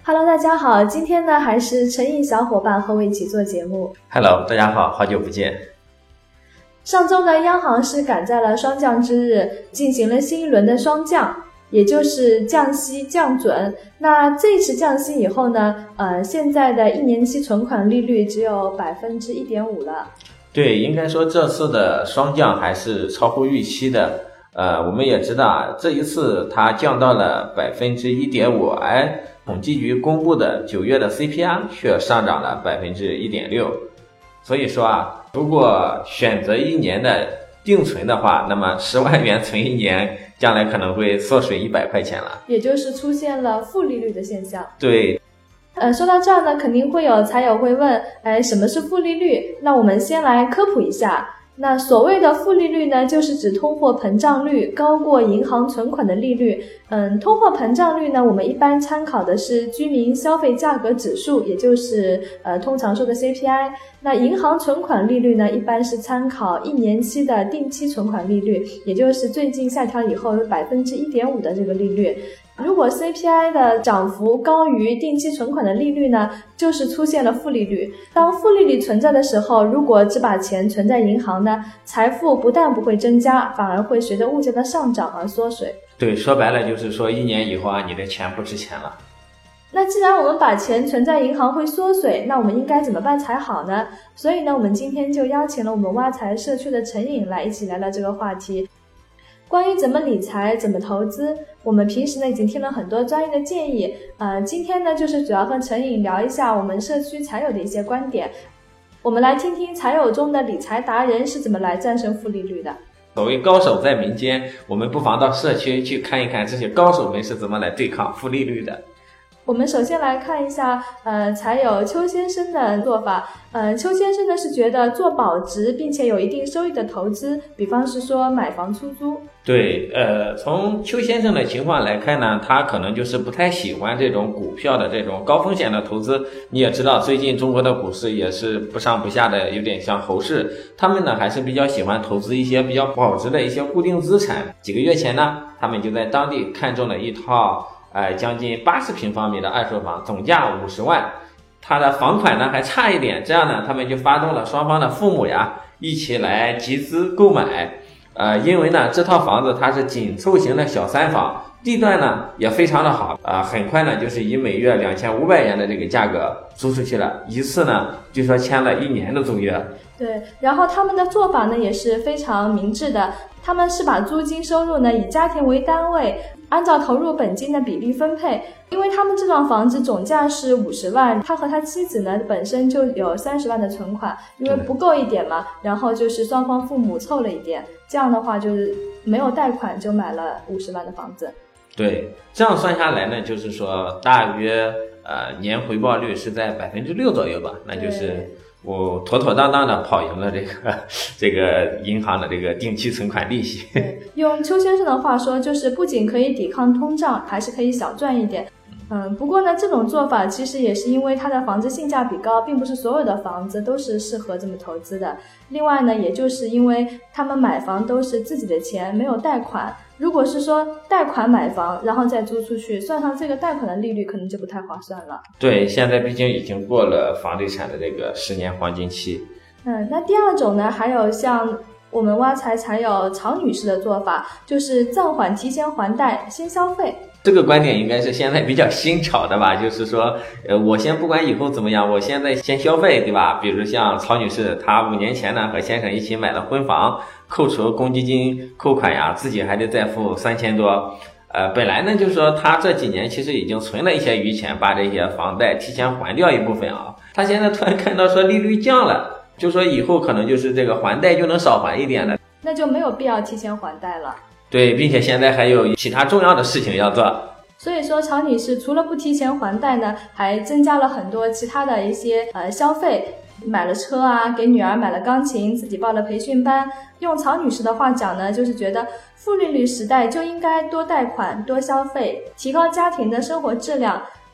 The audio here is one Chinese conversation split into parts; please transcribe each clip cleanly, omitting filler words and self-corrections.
Hello， 大家好，今天呢还是陈颖小伙伴和我一起做节目。 Hello， 大家好，好久不见。 上周呢，央行是赶在了双降之日，进行了新一轮的双降，也就是降息降准。那这一次降息以后呢，现在的1年期存款利率只有 1.5% 了。 对，应该说这次的双降还是超乎预期的。我们也知道这一次它降到了 1.5%， 而统计局公布的9月的 CPI 却上涨了 1.6%。所以说如果选择1年的定存的话，那么10万元存1年，将来可能会缩水100块钱了， 也就是出现了负利率的现象。 对。 说到这儿呢，肯定会有财友会问，什么是负利率？那我们先来科普一下。那所谓的负利率呢，就是指通货膨胀率高过银行存款的利率。通货膨胀率呢，我们一般参考的是居民消费价格指数，也就是通常说的 CPI。那银行存款利率呢，一般是参考1年期的定期存款利率，也就是最近下调以后有 1.5% 的这个利率。如果 CPI 的涨幅高于定期存款的利率呢，就是出现了负利率。当负利率存在的时候，如果只把钱存在银行呢，财富不但不会增加，反而会随着物价的上涨而缩水。 对，说白了就是说1年以后你的钱不值钱了。 那既然我们把钱存在银行会缩水，那我们应该怎么办才好呢？所以呢，我们今天就邀请了我们挖财社区的陈颖来一起聊聊这个话题。关于怎么理财、怎么投资，我们平时呢已经听了很多专业的建议。今天呢就是主要和陈颖聊一下我们社区财友的一些观点。我们来听听财友中的理财达人是怎么来战胜负利率的。 所谓高手在民间，我们不妨到社区去看一看这些高手们是怎么来对抗负利率的。 我们首先来看一下财友邱先生的做法。邱先生呢是觉得做保值并且有一定收益的投资，比方是说买房出租。 对，从邱先生的情况来看呢，他可能就是不太喜欢这种股票的这种高风险的投资。你也知道最近中国的股市也是不上不下的，有点像猴市。他们呢还是比较喜欢投资一些比较保值的一些固定资产。几个月前呢，他们就在当地看中了一套将近80平方米的二手房，总价50万，他的房款呢还差一点，这样呢他们就发动了双方的父母一起来集资购买。因为呢这套房子它是紧凑型的小3房，地段呢也非常的好，很快呢就是以每月2500元的这个价格租出去了，一次呢就说签了1年的租约。 对，然后他们的做法呢也是非常明智的，他们是把租金收入呢以家庭为单位，按照投入本金的比例分配。因为他们这幢房子总价是50万，他和他妻子呢本身就有30万的存款，因为不够一点嘛，然后就是双方父母凑了一点，这样的话就是没有贷款就买了50万的房子。 对，这样算下来呢，就是说大约年回报率是在6%左右吧，那就是我妥妥当当的跑赢了这个银行的这个定期存款利息。 对，用邱先生的话说，就是不仅可以抵抗通胀，还是可以小赚一点。不过呢，这种做法其实也是因为他的房子性价比高，并不是所有的房子都是适合这么投资的。另外呢，也就是因为他们买房都是自己的钱，没有贷款。如果是说贷款买房，然后再租出去，算上这个贷款的利率，可能就不太划算了。 对，现在毕竟已经过了房地产的这个10年黄金期。 那第二种呢，还有像我们挖财才有曹女士的做法，就是暂缓提前还贷，先消费。 这个观点应该是现在比较新潮的吧，就是说我先不管以后怎么样，我现在先消费，对吧？比如像曹女士，她5年前呢和先生一起买了婚房，扣除公积金扣款自己还得再付3000多。本来呢就是说她这几年其实已经存了一些余钱，把这些房贷提前还掉一部分她现在突然看到说利率降了，就说以后可能就是这个还贷就能少还一点了， 那就没有必要提前还贷了。 对，并且现在还有其他重要的事情要做。 所以说曹女士除了不提前还贷呢，还增加了很多其他的一些消费，买了车给女儿买了钢琴，自己报了培训班。用曹女士的话讲呢，就是觉得负利率时代就应该多贷款多消费，提高家庭的生活质量。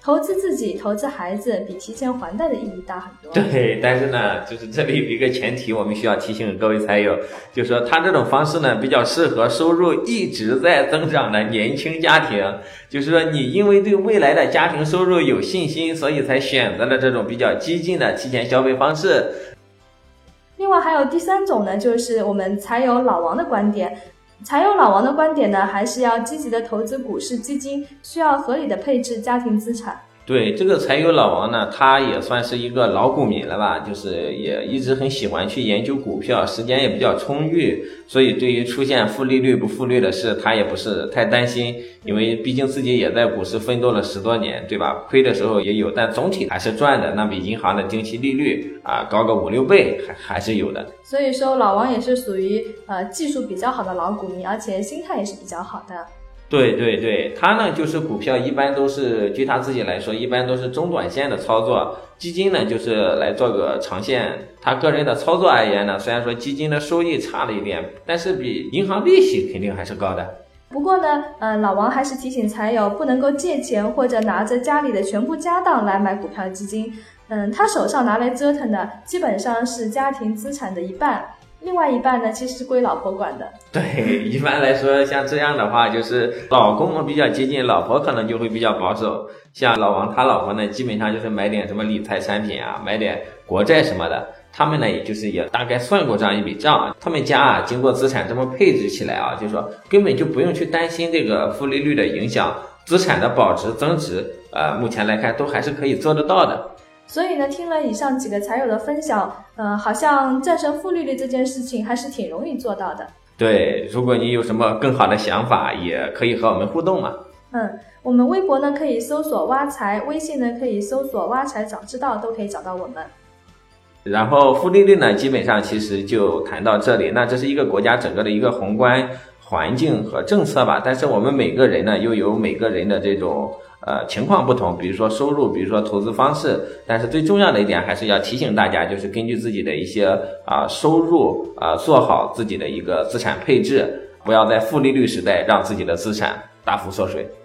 投资自己、投资孩子比提前还贷的意义大很多。 对，但是呢，就是这里有一个前提，我们需要提醒各位财友，就是说他这种方式呢，比较适合收入一直在增长的年轻家庭。就是说，你因为对未来的家庭收入有信心，所以才选择了这种比较激进的提前消费方式。 另外还有第三种呢，就是我们财友老王的观点。财友老王的观点呢，还是要积极的投资股市基金，需要合理的配置家庭资产。 对，这个财友老王呢，他也算是一个老股民了吧，就是也一直很喜欢去研究股票，时间也比较充裕，所以对于出现负利率不负率的事，他也不是太担心，因为毕竟自己也在股市奋斗了10多年，对吧？亏的时候也有，但总体还是赚的，那比银行的定期利率高个5-6倍还是有的。 所以说老王也是属于技术比较好的老股民，而且心态也是比较好的。 对对对，他呢就是股票一般都是，据他自己来说，一般都是中短线的操作，基金呢就是来做个长线。他个人的操作而言呢，虽然说基金的收益差了一点，但是比银行利息肯定还是高的。 不过呢，老王还是提醒财友不能够借钱或者拿着家里的全部家当来买股票基金。他手上拿来折腾的基本上是家庭资产的一半。另外一半呢，其实是归老婆管的。 对，一般来说，像这样的话，就是老公比较接近，老婆可能就会比较保守。像老王他老婆呢，基本上就是买点什么理财产品买点国债什么的。他们呢，也大概算过这样一笔账，他们家经过资产这么配置起来就是说根本就不用去担心这个负利率的影响，资产的保值增值，目前来看都还是可以做得到的。 所以呢，听了以上几个财友的分享，好像战胜负利率这件事情还是挺容易做到的。 对，如果你有什么更好的想法，也可以和我们互动嘛。 我们微博呢可以搜索挖财，微信呢可以搜索挖财早知道，都可以找到我们。 然后负利率呢，基本上其实就谈到这里。那这是一个国家整个的一个宏观环境和政策吧，但是我们每个人呢又有每个人的这种情况不同，比如说收入，比如说投资方式，但是最重要的一点还是要提醒大家，就是根据自己的一些收入做好自己的一个资产配置，不要在负利率时代让自己的资产大幅缩水。